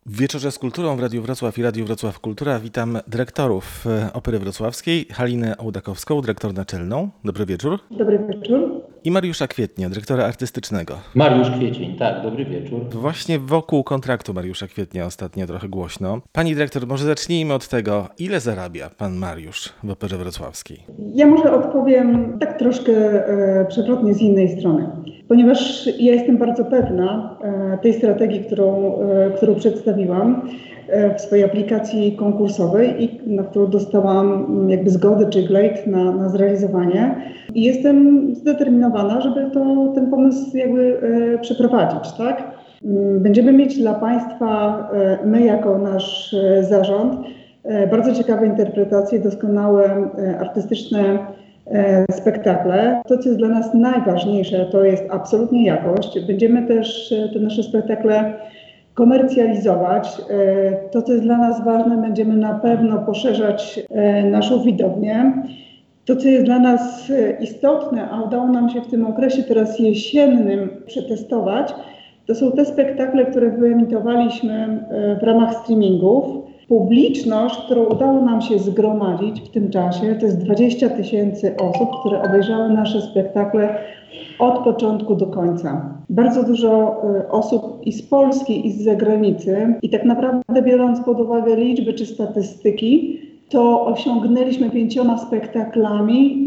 W Wieczorze z Kulturą w Radiu Wrocław i Radiu Wrocław Kultura witam dyrektorów Opery Wrocławskiej, Halinę Ołdakowską, dyrektor naczelną. Dobry wieczór. Dobry wieczór. I Mariusza Kwietnia, dyrektora artystycznego. Mariusz Kwiecień, tak, dobry wieczór. Właśnie wokół kontraktu Mariusza Kwietnia ostatnio trochę głośno. Pani dyrektor, może zacznijmy od tego, ile zarabia pan Mariusz w Operze Wrocławskiej? Ja może odpowiem tak troszkę przewrotnie z innej strony, ponieważ ja jestem bardzo pewna tej strategii, którą przedstawiłam w swojej aplikacji konkursowej i na którą dostałam jakby zgodę czy glejt na zrealizowanie. I jestem zdeterminowana, żeby ten pomysł jakby przeprowadzić, tak? Będziemy mieć dla Państwa, my jako nasz zarząd, bardzo ciekawe interpretacje, doskonałe artystyczne spektakle. To, co jest dla nas najważniejsze, to jest absolutnie jakość. Będziemy też te nasze spektakle komercjalizować. To, co jest dla nas ważne, będziemy na pewno poszerzać naszą widownię. To, co jest dla nas istotne, a udało nam się w tym okresie teraz jesiennym przetestować, to są te spektakle, które wyemitowaliśmy w ramach streamingów. Publiczność, którą udało nam się zgromadzić w tym czasie, to jest 20 000 osób, które obejrzały nasze spektakle od początku do końca. Bardzo dużo osób i z Polski, i z zagranicy. I tak naprawdę, biorąc pod uwagę liczby czy statystyki, to osiągnęliśmy 5 spektaklami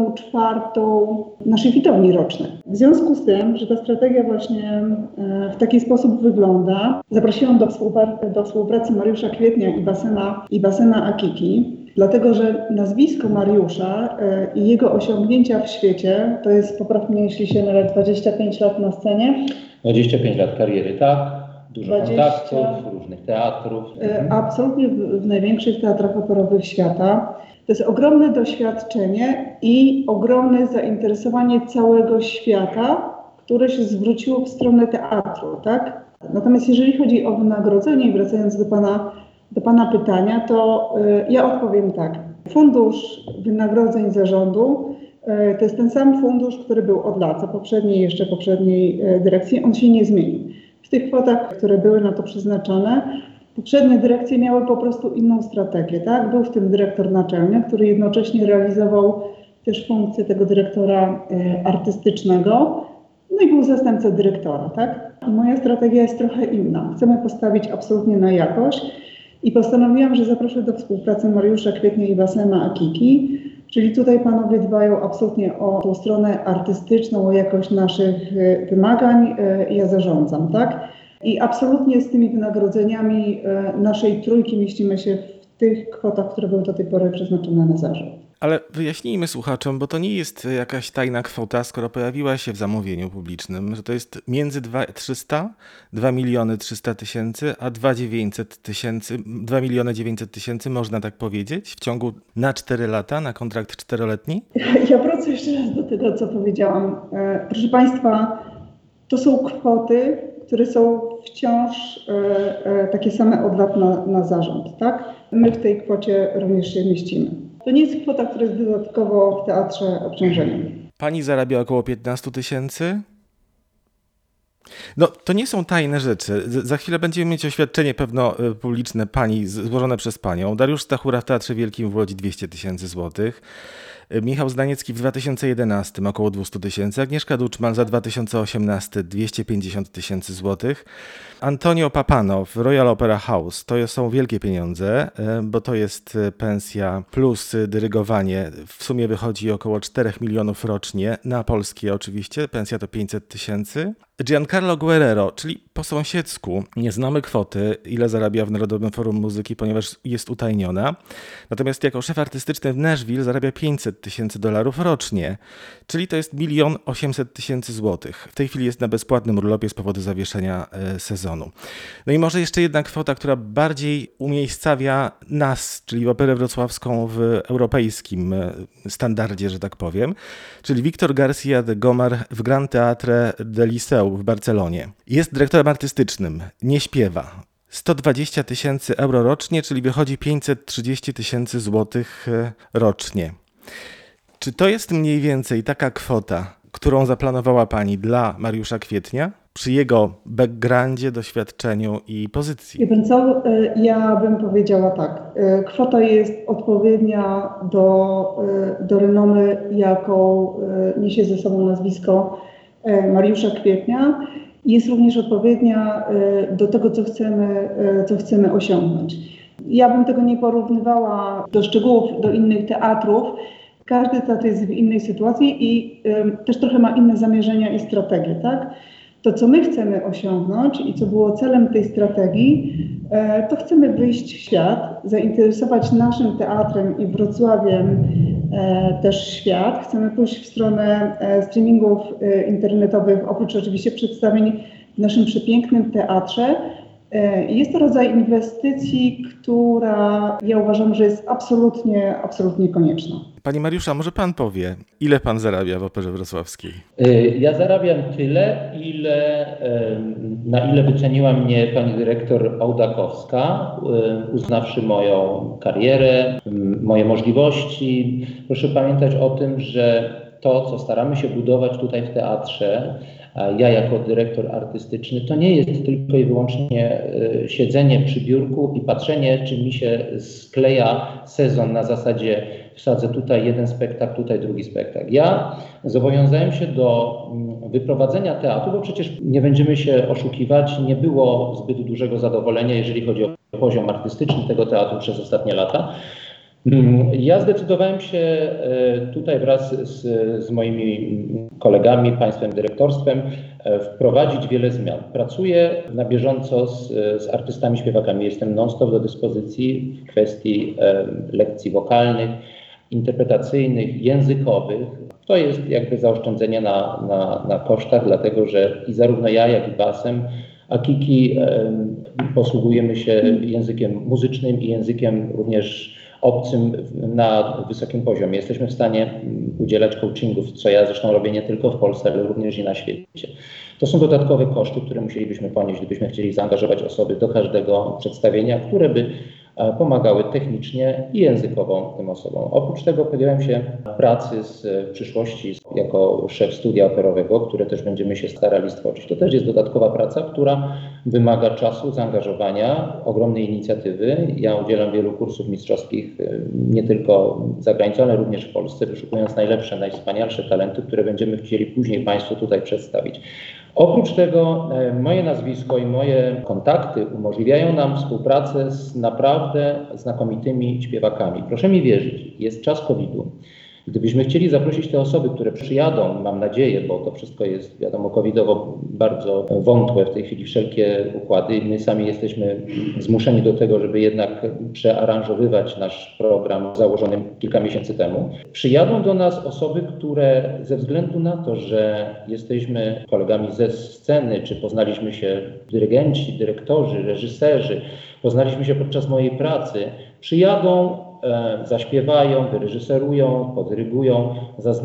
1/4 naszej widowni rocznej. W związku z tym, że ta strategia właśnie w taki sposób wygląda, zaprosiłam do współpracy Mariusza Kwietnia i Basena Akiki, dlatego że nazwisko Mariusza i jego osiągnięcia w świecie, to jest, popraw mnie jeśli się mylę, 25 lat na scenie. 25 lat kariery, tak. Dużo kontaktów, różnych teatrów. Absolutnie w największych teatrach operowych świata. To jest ogromne doświadczenie i ogromne zainteresowanie całego świata, które się zwróciło w stronę teatru, tak? Natomiast jeżeli chodzi o wynagrodzenie, i wracając do pana pytania, to ja odpowiem tak. Fundusz wynagrodzeń zarządu to jest ten sam fundusz, który był od lat, za poprzedniej dyrekcji. On się nie zmienił. W tych kwotach, które były na to przeznaczone, poprzednie dyrekcje miały po prostu inną strategię, tak? Był w tym dyrektor naczelny, który jednocześnie realizował też funkcję tego dyrektora artystycznego, no i był zastępca dyrektora, tak? I moja strategia jest trochę inna. Chcemy postawić absolutnie na jakość i postanowiłam, że zaproszę do współpracy Mariusza Kwietnia i Basena Akiki, czyli tutaj panowie dbają absolutnie o tą stronę artystyczną, o jakość naszych wymagań. Ja zarządzam, tak? I absolutnie z tymi wynagrodzeniami naszej trójki mieścimy się w tych kwotach, które były do tej pory przeznaczone na zarząd. Ale wyjaśnijmy słuchaczom, bo to nie jest jakaś tajna kwota, skoro pojawiła się w zamówieniu publicznym, że to jest między 2 300 000, a 2 900 000, można tak powiedzieć, w ciągu na 4 lata, na kontrakt 4-letni? Ja wrócę jeszcze raz do tego, co powiedziałam. Proszę Państwa, to są kwoty, które są wciąż takie same od lat na zarząd, tak? My w tej kwocie również się mieścimy. To nie jest kwota, która jest dodatkowo w teatrze obciążeniem. Pani zarabia około 15 000? No, to nie są tajne rzeczy. Za chwilę będziemy mieć oświadczenie pewno publiczne pani, złożone przez panią. Dariusz Stachura w Teatrze Wielkim w Łodzi 200 000 złotych. Michał Zdaniecki w 2011 około 200 000, Agnieszka Duczman za 2018 250 000 złotych, Antonio Papano w Royal Opera House, to są wielkie pieniądze, bo to jest pensja plus dyrygowanie, w sumie wychodzi około 4 milionów rocznie, na polskie oczywiście, pensja to 500 000. Giancarlo Guerrero, czyli po sąsiedzku, nie znamy kwoty, ile zarabia w Narodowym Forum Muzyki, ponieważ jest utajniona. Natomiast jako szef artystyczny w Nashville zarabia $500,000 rocznie, czyli to jest 1 800 000 złotych. W tej chwili jest na bezpłatnym urlopie z powodu zawieszenia sezonu. No i może jeszcze jedna kwota, która bardziej umiejscawia nas, czyli Operę Wrocławską w europejskim standardzie, że tak powiem, czyli Victor García de Gomar w Grand Teatre de Liceu w Barcelonie. Jest dyrektorem artystycznym, nie śpiewa. 120 000 euro rocznie, czyli wychodzi 530 000 złotych rocznie. Czy to jest mniej więcej taka kwota, którą zaplanowała pani dla Mariusza Kwietnia? przy jego backgroundzie, doświadczeniu i pozycji? Wie pan co, ja bym powiedziała tak. Kwota jest odpowiednia do renomy, jaką niesie ze sobą nazwisko Mariusza Kwietnia. Jest również odpowiednia do tego, co chcemy osiągnąć. Ja bym tego nie porównywała do szczegółów, do innych teatrów. Każdy teatr jest w innej sytuacji i też trochę ma inne zamierzenia i strategie, tak? To, co my chcemy osiągnąć i co było celem tej strategii, to chcemy wyjść w świat, zainteresować naszym teatrem i Wrocławiem też świat. Chcemy pójść w stronę streamingów internetowych, oprócz oczywiście przedstawień w naszym przepięknym teatrze. Jest to rodzaj inwestycji, która ja uważam, że jest absolutnie konieczna. Panie Mariuszu, może pan powie, ile pan zarabia w Operze Wrocławskiej? Ja zarabiam tyle, na ile wyceniła mnie pani dyrektor Ołdakowska, uznawszy moją karierę, moje możliwości. Proszę pamiętać o tym, że to, co staramy się budować tutaj w teatrze, ja jako dyrektor artystyczny, to nie jest tylko i wyłącznie siedzenie przy biurku i patrzenie, czy mi się skleja sezon na zasadzie wsadzę tutaj jeden spektakl, tutaj drugi spektakl. Ja zobowiązałem się do wyprowadzenia teatru, bo przecież nie będziemy się oszukiwać, nie było zbyt dużego zadowolenia, jeżeli chodzi o poziom artystyczny tego teatru przez ostatnie lata. Ja zdecydowałem się tutaj wraz z moimi kolegami, państwem dyrektorstwem wprowadzić wiele zmian. Pracuję na bieżąco z artystami, śpiewakami. Jestem non-stop do dyspozycji w kwestii lekcji wokalnych, interpretacyjnych, językowych. To jest jakby zaoszczędzenie na kosztach, dlatego że i zarówno ja, jak i basem, a Kiki posługujemy się językiem muzycznym i językiem również obcym na wysokim poziomie. Jesteśmy w stanie udzielać coachingów, co ja zresztą robię nie tylko w Polsce, ale również i na świecie. To są dodatkowe koszty, które musielibyśmy ponieść, gdybyśmy chcieli zaangażować osoby do każdego przedstawienia, które by pomagały technicznie i językowo tym osobom. Oprócz tego podjąłem się pracy w przyszłości jako szef studia operowego, które też będziemy się starali stworzyć. To też jest dodatkowa praca, która wymaga czasu, zaangażowania, ogromnej inicjatywy. Ja udzielam wielu kursów mistrzowskich nie tylko za granicą, ale również w Polsce, wyszukując najlepsze, najwspanialsze talenty, które będziemy chcieli później Państwu tutaj przedstawić. Oprócz tego moje nazwisko i moje kontakty umożliwiają nam współpracę z naprawdę znakomitymi śpiewakami. Proszę mi wierzyć, jest czas COVID-u. Gdybyśmy chcieli zaprosić te osoby, które przyjadą, mam nadzieję, bo to wszystko jest, wiadomo, covidowo bardzo wątłe w tej chwili, wszelkie układy. My sami jesteśmy zmuszeni do tego, żeby jednak przearanżowywać nasz program założony kilka miesięcy temu. Przyjadą do nas osoby, które ze względu na to, że jesteśmy kolegami ze sceny, czy poznaliśmy się dyrygenci, dyrektorzy, reżyserzy, poznaliśmy się podczas mojej pracy, przyjadą, zaśpiewają, wyreżyserują, podyrygują za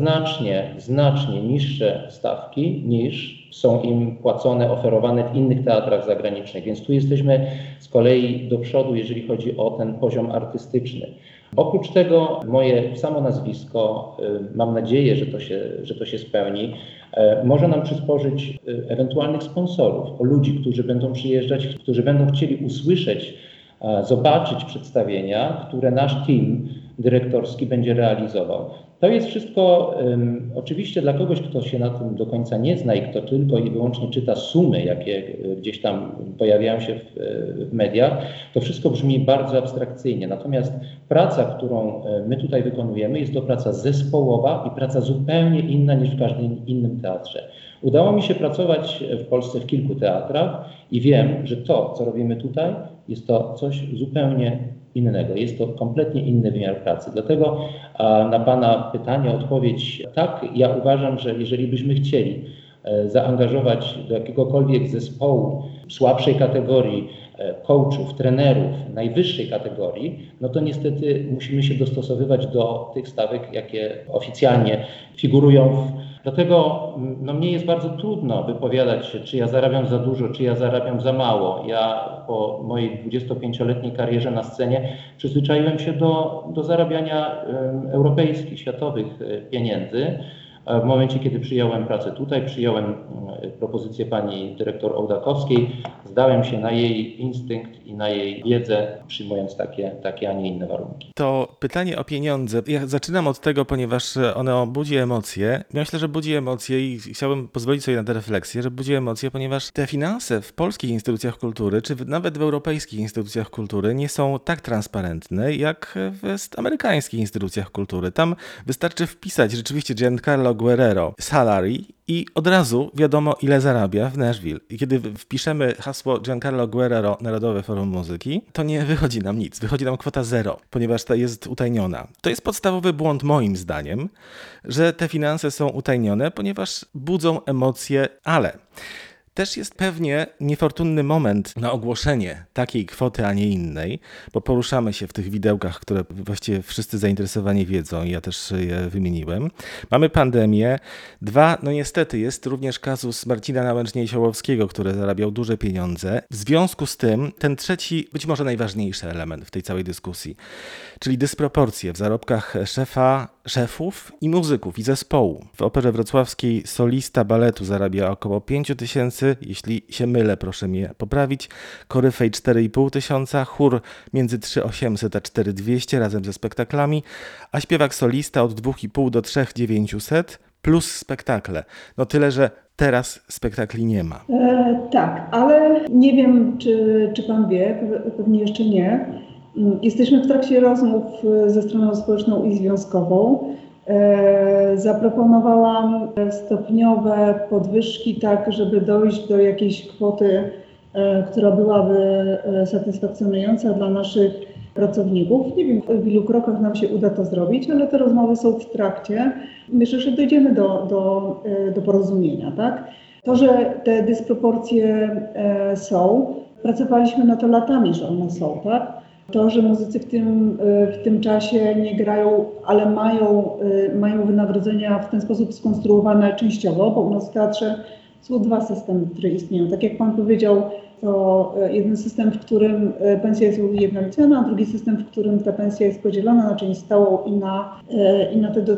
znacznie niższe stawki niż są im płacone, oferowane w innych teatrach zagranicznych. Więc tu jesteśmy z kolei do przodu, jeżeli chodzi o ten poziom artystyczny. Oprócz tego moje samo nazwisko, mam nadzieję, że to się spełni, może nam przysporzyć ewentualnych sponsorów, ludzi, którzy będą przyjeżdżać, którzy będą chcieli usłyszeć, zobaczyć przedstawienia, które nasz team dyrektorski będzie realizował. To jest wszystko oczywiście dla kogoś, kto się na tym do końca nie zna i kto tylko i wyłącznie czyta sumy, jakie gdzieś tam pojawiają się w mediach, to wszystko brzmi bardzo abstrakcyjnie. Natomiast praca, którą my tutaj wykonujemy, jest to praca zespołowa i praca zupełnie inna niż w każdym innym teatrze. Udało mi się pracować w Polsce w kilku teatrach i wiem, że to, co robimy tutaj, jest to coś zupełnie innego. Jest to kompletnie inny wymiar pracy. Dlatego na Pana pytanie odpowiedź tak. Ja uważam, że jeżeli byśmy chcieli zaangażować do jakiegokolwiek zespołu słabszej kategorii coachów, trenerów najwyższej kategorii, no to niestety musimy się dostosowywać do tych stawek, jakie oficjalnie figurują Dlatego mnie jest bardzo trudno wypowiadać się, czy ja zarabiam za dużo, czy ja zarabiam za mało. Ja po mojej 25-letniej karierze na scenie przyzwyczaiłem się do zarabiania europejskich, światowych pieniędzy. A w momencie, kiedy przyjąłem pracę tutaj, przyjąłem propozycję pani dyrektor Ołdakowskiej, zdałem się na jej instynkt i na jej wiedzę, przyjmując takie, a nie inne warunki. To pytanie o pieniądze. Ja zaczynam od tego, ponieważ ono budzi emocje. Myślę, że budzi emocje i chciałbym pozwolić sobie na tę refleksję, że budzi emocje, ponieważ te finanse w polskich instytucjach kultury, czy nawet w europejskich instytucjach kultury nie są tak transparentne, jak w amerykańskich instytucjach kultury. Tam wystarczy wpisać rzeczywiście Giancarlo Guerrero salary i od razu wiadomo, ile zarabia w Nashville. I kiedy wpiszemy hasło Giancarlo Guerrero Narodowe Forum Muzyki, to nie wychodzi nam nic. Wychodzi nam kwota 0, ponieważ ta jest utajniona. To jest podstawowy błąd moim zdaniem, że te finanse są utajnione, ponieważ budzą emocje, ale też jest pewnie niefortunny moment na ogłoszenie takiej kwoty, a nie innej, bo poruszamy się w tych widełkach, które właściwie wszyscy zainteresowani wiedzą i ja też je wymieniłem. Mamy pandemię. 2, no niestety jest również kazus Marcina Nałęcznej-Siołowskiego, który zarabiał duże pieniądze. W związku z tym ten trzeci, być może najważniejszy element w tej całej dyskusji, czyli dysproporcje w zarobkach szefów i muzyków i zespołu. W Operze Wrocławskiej solista baletu zarabia około 5 000, jeśli się mylę, proszę mnie poprawić. Koryfej 4,5 tysiąca, chór między 3800 a 4200 razem ze spektaklami, a śpiewak solista od 2,5 do 3,900 plus spektakle. No tyle, że teraz spektakli nie ma. Tak, ale nie wiem, czy pan wie, pewnie jeszcze nie. Jesteśmy w trakcie rozmów ze stroną społeczną i związkową. Zaproponowałam stopniowe podwyżki, tak żeby dojść do jakiejś kwoty, która byłaby satysfakcjonująca dla naszych pracowników. Nie wiem, w ilu krokach nam się uda to zrobić, ale te rozmowy są w trakcie. Myślę, że dojdziemy do porozumienia, tak? To, że te dysproporcje są, pracowaliśmy na to latami, że one są, tak? To, że muzycy w tym czasie nie grają, ale mają wynagrodzenia w ten sposób skonstruowane częściowo, bo u nas w teatrze są 2 systemy, które istnieją. Tak jak pan powiedział, to jeden system, w którym pensja jest ujednolicona, a drugi system, w którym ta pensja jest podzielona na część stałą i na te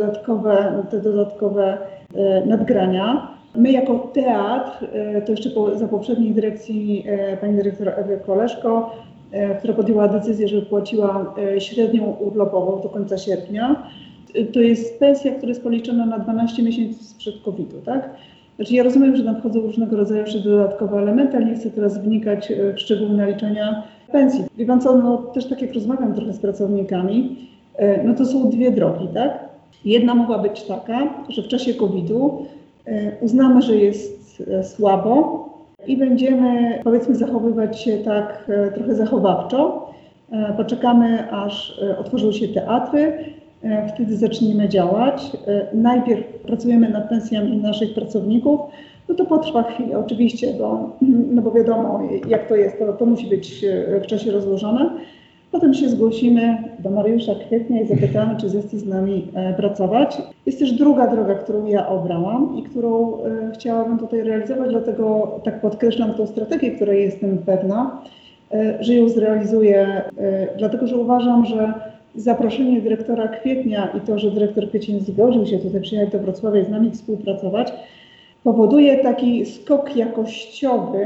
dodatkowe nadgrania. My jako teatr, to jeszcze za poprzedniej dyrekcji pani dyrektor Ewy Koleszko, która podjęła decyzję, że płaciła średnią urlopową do końca sierpnia. To jest pensja, która jest policzona na 12 miesięcy sprzed COVID-u, tak? Znaczy ja rozumiem, że nadchodzą różnego rodzaju jeszcze dodatkowe elementy, ale nie chcę teraz wnikać w szczegóły naliczania pensji. Wie pan co, no też tak jak rozmawiam trochę z pracownikami, no to są 2 drogi, tak? Jedna mogła być taka, że w czasie COVID-u uznamy, że jest słabo, i będziemy, powiedzmy, zachowywać się tak trochę zachowawczo. Poczekamy, aż otworzą się teatry, wtedy zaczniemy działać. Najpierw pracujemy nad pensjami naszych pracowników, no to potrwa chwilę oczywiście, bo wiadomo jak to jest, to musi być w czasie rozłożone. Potem się zgłosimy do Mariusza Kwietnia i zapytamy, czy zechce z nami pracować. Jest też druga droga, którą ja obrałam i którą chciałabym tutaj realizować, dlatego tak podkreślam tą strategię, której jestem pewna, że ją zrealizuję, dlatego że uważam, że zaproszenie dyrektora Kwietnia i to, że dyrektor Kwiecień zgodził się tutaj przyjechać do Wrocławia i z nami współpracować, powoduje taki skok jakościowy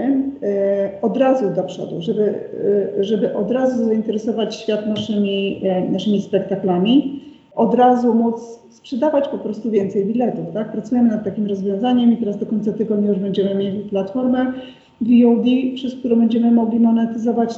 od razu do przodu, żeby od razu zainteresować świat naszymi spektaklami, od razu móc sprzedawać po prostu więcej biletów. Tak? Pracujemy nad takim rozwiązaniem i teraz do końca tygodnia już będziemy mieli platformę VOD, przez którą będziemy mogli monetyzować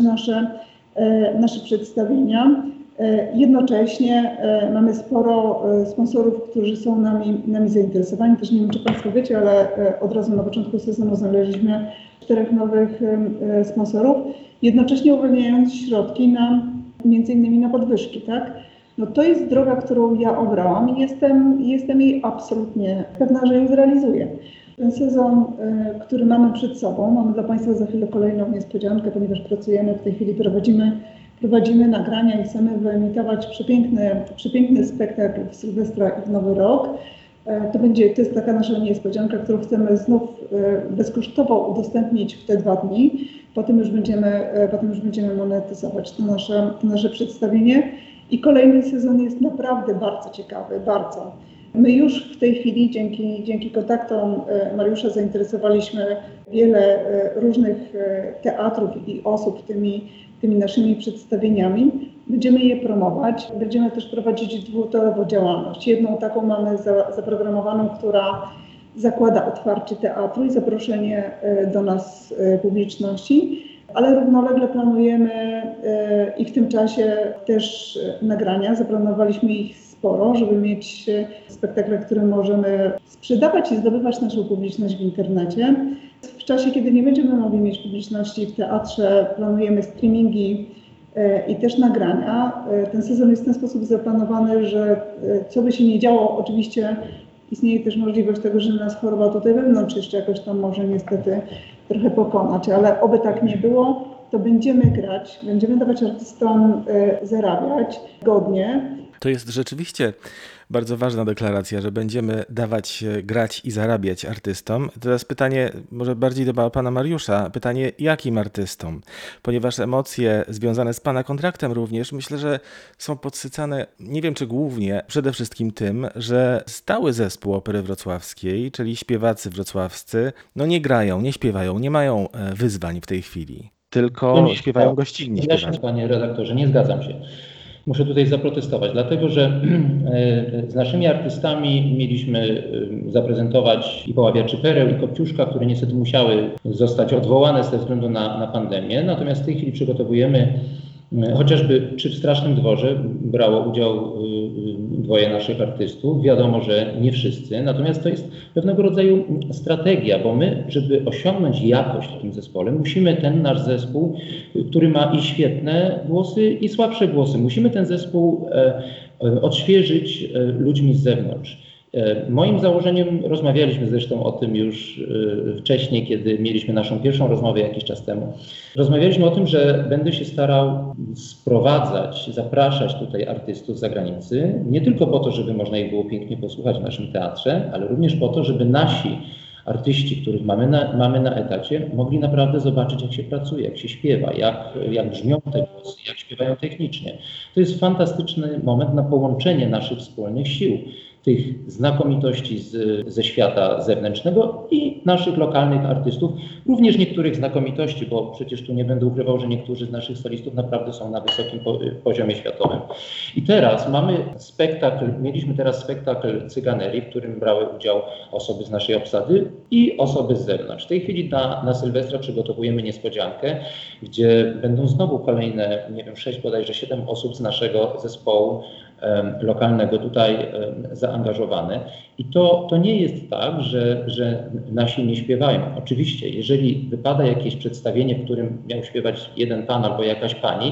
nasze przedstawienia. Jednocześnie mamy sporo sponsorów, którzy są nami zainteresowani. Też nie wiem, czy Państwo wiecie, ale od razu na początku sezonu znaleźliśmy 4 nowych sponsorów, jednocześnie uwalniając środki między innymi na podwyżki. Tak? No to jest droga, którą ja obrałam i jestem jej absolutnie pewna, że ją zrealizuję. Ten sezon, który mamy przed sobą, mamy dla Państwa za chwilę kolejną niespodziankę, ponieważ pracujemy, w tej chwili prowadzimy nagrania i chcemy wyemitować przepiękny spektakl w Sylwestra i w Nowy Rok. To jest taka nasza niespodzianka, którą chcemy znów bezkosztowo udostępnić w te 2 dni. Potem już będziemy monetyzować to nasze przedstawienie. I kolejny sezon jest naprawdę bardzo ciekawy, bardzo. My już w tej chwili dzięki kontaktom Mariusza zainteresowaliśmy wiele różnych teatrów i osób tymi naszymi przedstawieniami. Będziemy je promować, będziemy też prowadzić dwutorową działalność. Jedną taką mamy zaprogramowaną, która zakłada otwarcie teatru i zaproszenie do nas publiczności, ale równolegle planujemy i w tym czasie też nagrania. Zaplanowaliśmy ich sporo, żeby mieć spektakle, które możemy sprzedawać i zdobywać naszą publiczność w internecie. W czasie, kiedy nie będziemy mogli mieć publiczności w teatrze, planujemy streamingi i też nagrania. Ten sezon jest w ten sposób zaplanowany, że co by się nie działo, oczywiście istnieje też możliwość tego, że nas choroba tutaj wewnątrz jeszcze jakoś tam może niestety trochę pokonać, ale oby tak nie było, to będziemy grać, będziemy dawać artystom zarabiać godnie. To jest rzeczywiście bardzo ważna deklaracja, że będziemy dawać, grać i zarabiać artystom. Teraz pytanie może bardziej do pana Mariusza. Pytanie, jakim artystom? Ponieważ emocje związane z pana kontraktem również, myślę, że są podsycane, nie wiem czy głównie, przede wszystkim tym, że stały zespół Opery Wrocławskiej, czyli śpiewacy wrocławscy, no nie grają, nie śpiewają, nie mają wyzwań w tej chwili. Tylko śpiewają gościnni śpiewacze. Panie redaktorze, nie zgadzam się. Muszę tutaj zaprotestować, dlatego że z naszymi artystami mieliśmy zaprezentować i Poławiaczy Pereł, i Kopciuszka, które niestety musiały zostać odwołane ze względu na pandemię. Natomiast w tej chwili przygotowujemy, chociażby przy Strasznym Dworze brało udział dwoje naszych artystów. Wiadomo, że nie wszyscy, natomiast to jest pewnego rodzaju strategia, bo my, żeby osiągnąć jakość w tym zespole, musimy ten nasz zespół, który ma i świetne głosy, i słabsze głosy, musimy ten zespół odświeżyć ludźmi z zewnątrz. Moim założeniem, rozmawialiśmy zresztą o tym już wcześniej, kiedy mieliśmy naszą pierwszą rozmowę jakiś czas temu. Rozmawialiśmy o tym, że będę się starał sprowadzać, zapraszać tutaj artystów z zagranicy, nie tylko po to, żeby można ich było pięknie posłuchać w naszym teatrze, ale również po to, żeby nasi artyści, których mamy na etacie, mogli naprawdę zobaczyć, jak się pracuje, jak się śpiewa, jak brzmią te głosy, jak śpiewają technicznie. To jest fantastyczny moment na połączenie naszych wspólnych sił, tych znakomitości ze świata zewnętrznego i naszych lokalnych artystów, również niektórych znakomitości, bo przecież tu nie będę ukrywał, że niektórzy z naszych solistów naprawdę są na wysokim poziomie światowym. I teraz mieliśmy teraz spektakl Cyganerii, w którym brały udział osoby z naszej obsady i osoby z zewnątrz. W tej chwili na Sylwestra przygotowujemy niespodziankę, gdzie będą znowu kolejne, 6 bodajże 7 osób z naszego zespołu lokalnego tutaj zaangażowane. I to nie jest tak, że nasi nie śpiewają. Oczywiście, jeżeli wypada jakieś przedstawienie, w którym miał śpiewać jeden pan albo jakaś pani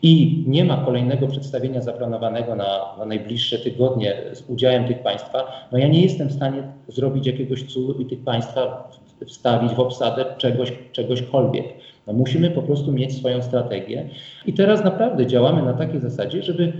i nie ma kolejnego przedstawienia zaplanowanego na najbliższe tygodnie z udziałem tych państwa, no ja nie jestem w stanie zrobić jakiegoś cudu i tych państwa wstawić w obsadę czegośkolwiek. No musimy po prostu mieć swoją strategię. I teraz naprawdę działamy na takiej zasadzie, żeby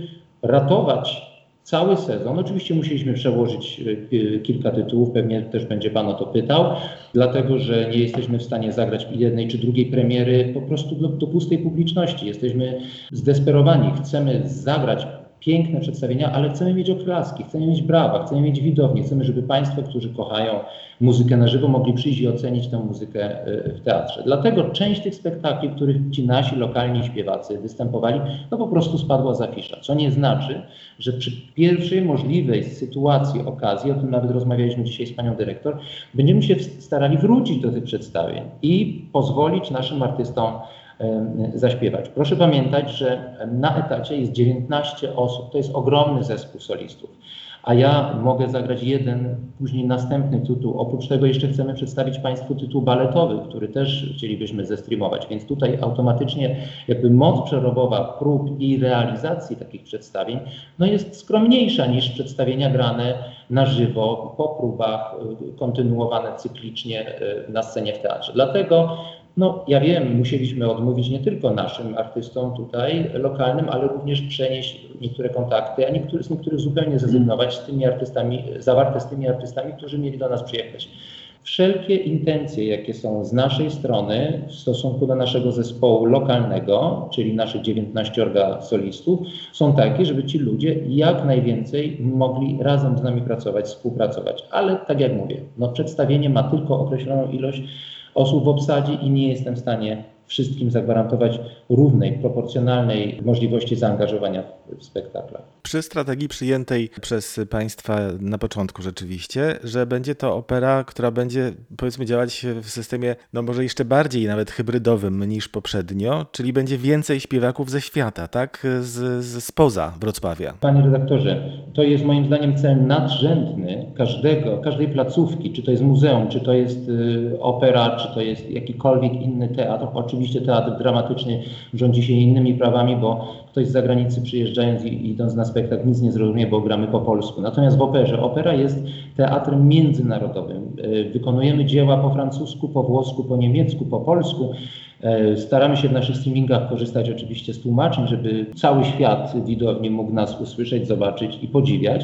ratować cały sezon. Oczywiście musieliśmy przełożyć kilka tytułów, pewnie też będzie pan o to pytał, dlatego że nie jesteśmy w stanie zagrać jednej czy drugiej premiery po prostu do pustej publiczności. Jesteśmy zdesperowani, chcemy zagrać piękne przedstawienia, ale chcemy mieć oklaski, chcemy mieć brawa, chcemy mieć widownię, chcemy, żeby państwo, którzy kochają muzykę na żywo, mogli przyjść i ocenić tę muzykę w teatrze. Dlatego część tych spektakli, w których ci nasi lokalni śpiewacy występowali, no po prostu spadła z afisza. Co nie znaczy, że przy pierwszej możliwej sytuacji, okazji, o tym nawet rozmawialiśmy dzisiaj z panią dyrektor, będziemy się starali wrócić do tych przedstawień i pozwolić naszym artystom zaśpiewać. Proszę pamiętać, że na etacie jest 19 osób, to jest ogromny zespół solistów, a ja mogę zagrać jeden, później następny tytuł. Oprócz tego jeszcze chcemy przedstawić państwu tytuł baletowy, który też chcielibyśmy zestreamować, więc tutaj automatycznie jakby moc przerobowa prób i realizacji takich przedstawień no jest skromniejsza niż przedstawienia grane na żywo, po próbach, kontynuowane cyklicznie na scenie w teatrze. Dlatego ja wiem, musieliśmy odmówić nie tylko naszym artystom tutaj lokalnym, ale również przenieść niektóre kontakty, a z niektórych zupełnie zrezygnować zawarte z tymi artystami, którzy mieli do nas przyjechać. wszelkie intencje, jakie są z naszej strony w stosunku do naszego zespołu lokalnego, czyli naszych 19 solistów, są takie, żeby ci ludzie jak najwięcej mogli razem z nami pracować, współpracować. Ale tak jak mówię, przedstawienie ma tylko określoną ilość osób w obsadzie i nie jestem w stanie wszystkim zagwarantować równej, proporcjonalnej możliwości zaangażowania w spektaklach. Przy strategii przyjętej przez Państwa na początku rzeczywiście, że będzie to opera, która będzie, powiedzmy, działać w systemie może jeszcze bardziej nawet hybrydowym niż poprzednio, czyli będzie więcej śpiewaków ze świata, tak? Spoza Wrocławia. Panie redaktorze, to jest moim zdaniem cel nadrzędny każdej placówki, czy to jest muzeum, czy to jest opera, czy to jest jakikolwiek inny teatr. Oczywiście teatr dramatyczny rządzi się innymi prawami, bo ktoś z zagranicy przyjeżdżając i idąc na spektakl nic nie zrozumie, bo gramy po polsku. Natomiast w operze, opera jest teatrem międzynarodowym. Wykonujemy dzieła po francusku, po włosku, po niemiecku, po polsku. Staramy się w naszych streamingach korzystać oczywiście z tłumaczeń, żeby cały świat widowni mógł nas usłyszeć, zobaczyć i podziwiać.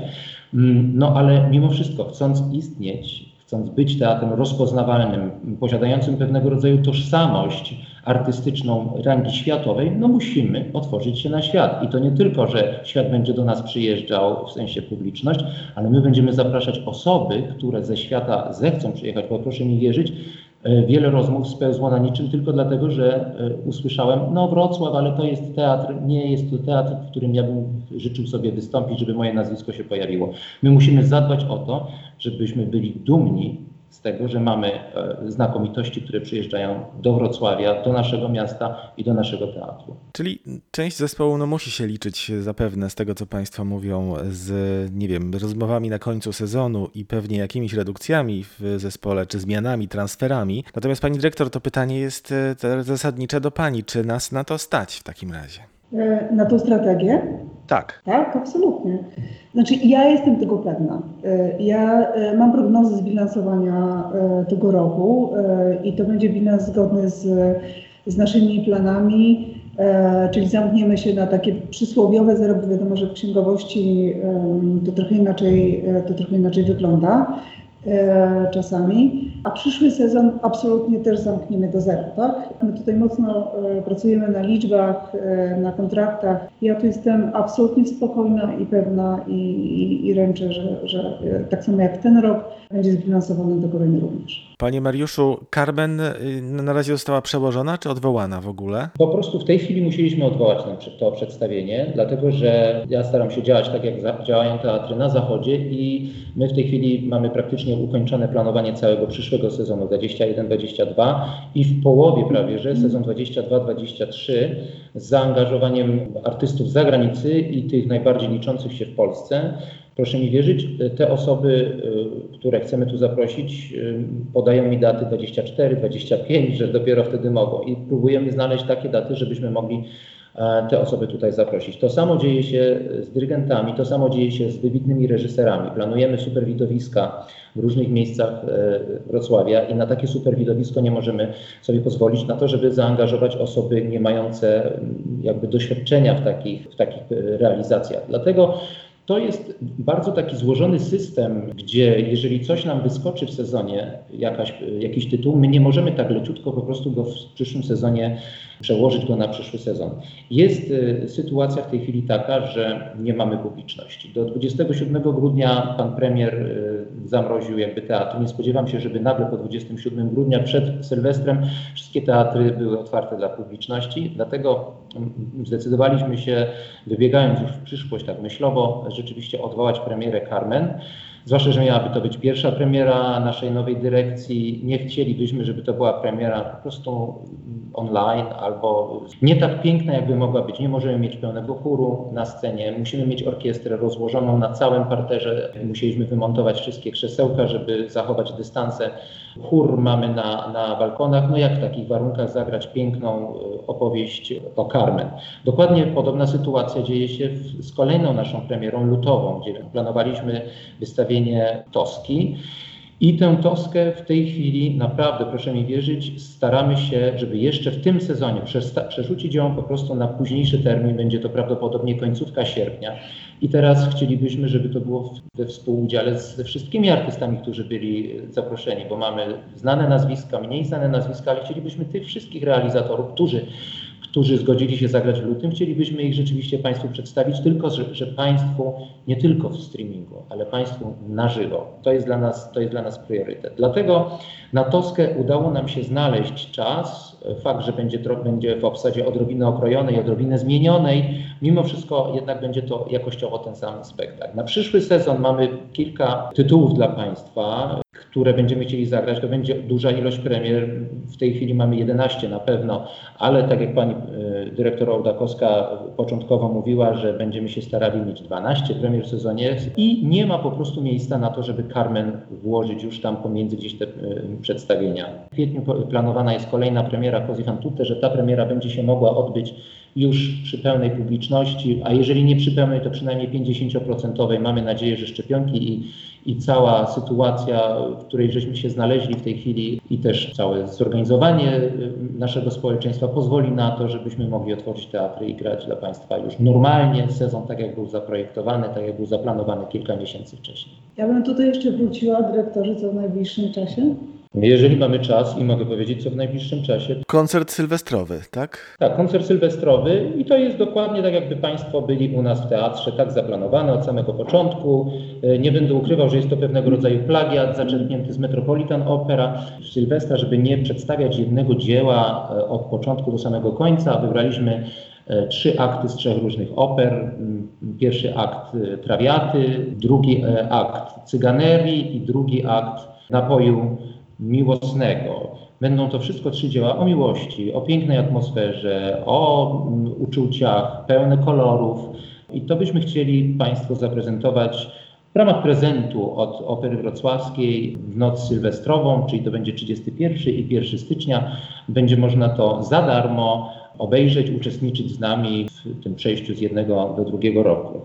Ale mimo wszystko, chcąc istnieć, chcąc być teatrem rozpoznawalnym, posiadającym pewnego rodzaju tożsamość artystyczną rangi światowej, musimy otworzyć się na świat. I to nie tylko, że świat będzie do nas przyjeżdżał, w sensie publiczność, ale my będziemy zapraszać osoby, które ze świata zechcą przyjechać, bo proszę mi wierzyć, wiele rozmów spełzło na niczym tylko dlatego, że usłyszałem, Wrocław, ale to jest teatr, nie jest to teatr, w którym ja bym życzył sobie wystąpić, żeby moje nazwisko się pojawiło. My musimy zadbać o to, żebyśmy byli dumni z tego, że mamy znakomitości, które przyjeżdżają do Wrocławia, do naszego miasta i do naszego teatru. Czyli część zespołu musi się liczyć zapewne z tego, co Państwo mówią, z, rozmowami na końcu sezonu i pewnie jakimiś redukcjami w zespole, czy zmianami, transferami. Natomiast Pani Dyrektor, to pytanie jest zasadnicze do Pani. Czy nas na to stać w takim razie? Na tą strategię? Tak. Tak, absolutnie. Znaczy, ja jestem tego pewna. Ja mam prognozę zbilansowania tego roku i to będzie bilans zgodny z naszymi planami, czyli zamkniemy się na takie przysłowiowe zero, bo wiadomo, że w księgowości to trochę inaczej wygląda czasami, a przyszły sezon absolutnie też zamkniemy do zera, tak? My tutaj mocno pracujemy na liczbach, na kontraktach. Ja tu jestem absolutnie spokojna i pewna i ręczę, że tak samo jak ten rok będzie zbilansowany do kolejny również. Panie Mariuszu, Carmen na razie została przełożona czy odwołana w ogóle? Po prostu w tej chwili musieliśmy odwołać to przedstawienie, dlatego że ja staram się działać tak, jak działają teatry na zachodzie i my w tej chwili mamy praktycznie ukończone planowanie całego przyszłego sezonu 21-22 i w połowie prawie, że sezon 22-23 z zaangażowaniem artystów z zagranicy i tych najbardziej liczących się w Polsce. Proszę mi wierzyć, te osoby, które chcemy tu zaprosić, podają mi daty 24, 25, że dopiero wtedy mogą i próbujemy znaleźć takie daty, żebyśmy mogli te osoby tutaj zaprosić. To samo dzieje się z dyrygentami, to samo dzieje się z wybitnymi reżyserami. Planujemy super widowiska w różnych miejscach Wrocławia i na takie super widowisko nie możemy sobie pozwolić na to, żeby zaangażować osoby nie mające jakby doświadczenia w takich realizacjach. Dlatego to jest bardzo taki złożony system, gdzie jeżeli coś nam wyskoczy w sezonie, jakiś tytuł, my nie możemy tak leciutko po prostu go w przyszłym sezonie przełożyć go na przyszły sezon. Jest sytuacja w tej chwili taka, że nie mamy publiczności. Do 27 grudnia pan premier zamroził jakby teatr. Nie spodziewam się, żeby nagle po 27 grudnia przed Sylwestrem wszystkie teatry były otwarte dla publiczności. Dlatego zdecydowaliśmy się, wybiegając już w przyszłość tak myślowo, rzeczywiście odwołać premierę Carmen. Zwłaszcza, że miałaby to być pierwsza premiera naszej nowej dyrekcji. Nie chcielibyśmy, żeby to była premiera po prostu online albo nie tak piękna, jakby mogła być. Nie możemy mieć pełnego chóru na scenie. Musimy mieć orkiestrę rozłożoną na całym parterze. Musieliśmy wymontować wszystkie krzesełka, żeby zachować dystanse. Chór mamy na balkonach. Jak w takich warunkach zagrać piękną opowieść o Carmen. Dokładnie podobna sytuacja dzieje się z kolejną naszą premierą lutową, gdzie planowaliśmy wystawienie Toski. I tę Toskę w tej chwili, naprawdę proszę mi wierzyć, staramy się, żeby jeszcze w tym sezonie przerzucić ją po prostu na późniejszy termin, będzie to prawdopodobnie końcówka sierpnia. I teraz chcielibyśmy, żeby to było we współudziale ze wszystkimi artystami, którzy byli zaproszeni, bo mamy znane nazwiska, mniej znane nazwiska, ale chcielibyśmy tych wszystkich realizatorów, którzy zgodzili się zagrać w lutym, chcielibyśmy ich rzeczywiście Państwu przedstawić, tylko że Państwu nie tylko w streamingu, ale Państwu na żywo. To jest dla nas priorytet. Dlatego na Toskę udało nam się znaleźć czas. Fakt, że będzie w obsadzie odrobinę okrojonej, odrobinę zmienionej, mimo wszystko jednak będzie to jakościowo ten sam spektakl. Na przyszły sezon mamy kilka tytułów dla Państwa, które będziemy chcieli zagrać. To będzie duża ilość premier. W tej chwili mamy 11 na pewno, ale tak jak pani dyrektor Ołdakowska początkowo mówiła, że będziemy się starali mieć 12 premier w sezonie i nie ma po prostu miejsca na to, żeby Carmen włożyć już tam pomiędzy gdzieś te przedstawienia. W kwietniu planowana jest kolejna premiera Così fan tutte, że ta premiera będzie się mogła odbyć już przy pełnej publiczności, a jeżeli nie przy pełnej, to przynajmniej 50%. Mamy nadzieję, że szczepionki i cała sytuacja, w której żeśmy się znaleźli w tej chwili i też całe zorganizowanie naszego społeczeństwa pozwoli na to, żebyśmy mogli otworzyć teatry i grać dla Państwa już normalnie sezon, tak jak był zaprojektowany, tak jak był zaplanowany kilka miesięcy wcześniej. Ja bym tutaj jeszcze wróciła, dyrektorze, co w najbliższym czasie? Jeżeli mamy czas i mogę powiedzieć, co w najbliższym czasie. Koncert sylwestrowy, tak? Tak, koncert sylwestrowy i to jest dokładnie tak, jakby Państwo byli u nas w teatrze, tak zaplanowane od samego początku. Nie będę ukrywał, że jest to pewnego rodzaju plagiat zaczerpnięty z Metropolitan Opera Sylwestra, żeby nie przedstawiać jednego dzieła od początku do samego końca. Wybraliśmy 3 akty z 3 różnych oper. Pierwszy akt Trawiaty, drugi akt Cyganerii i drugi akt Napoju Miłosnego. Będą to wszystko 3 dzieła o miłości, o pięknej atmosferze, o uczuciach, pełne kolorów. I to byśmy chcieli Państwu zaprezentować w ramach prezentu od Opery Wrocławskiej w noc sylwestrową, czyli to będzie 31 i 1 stycznia. Będzie można to za darmo obejrzeć, uczestniczyć z nami w tym przejściu z jednego do drugiego roku.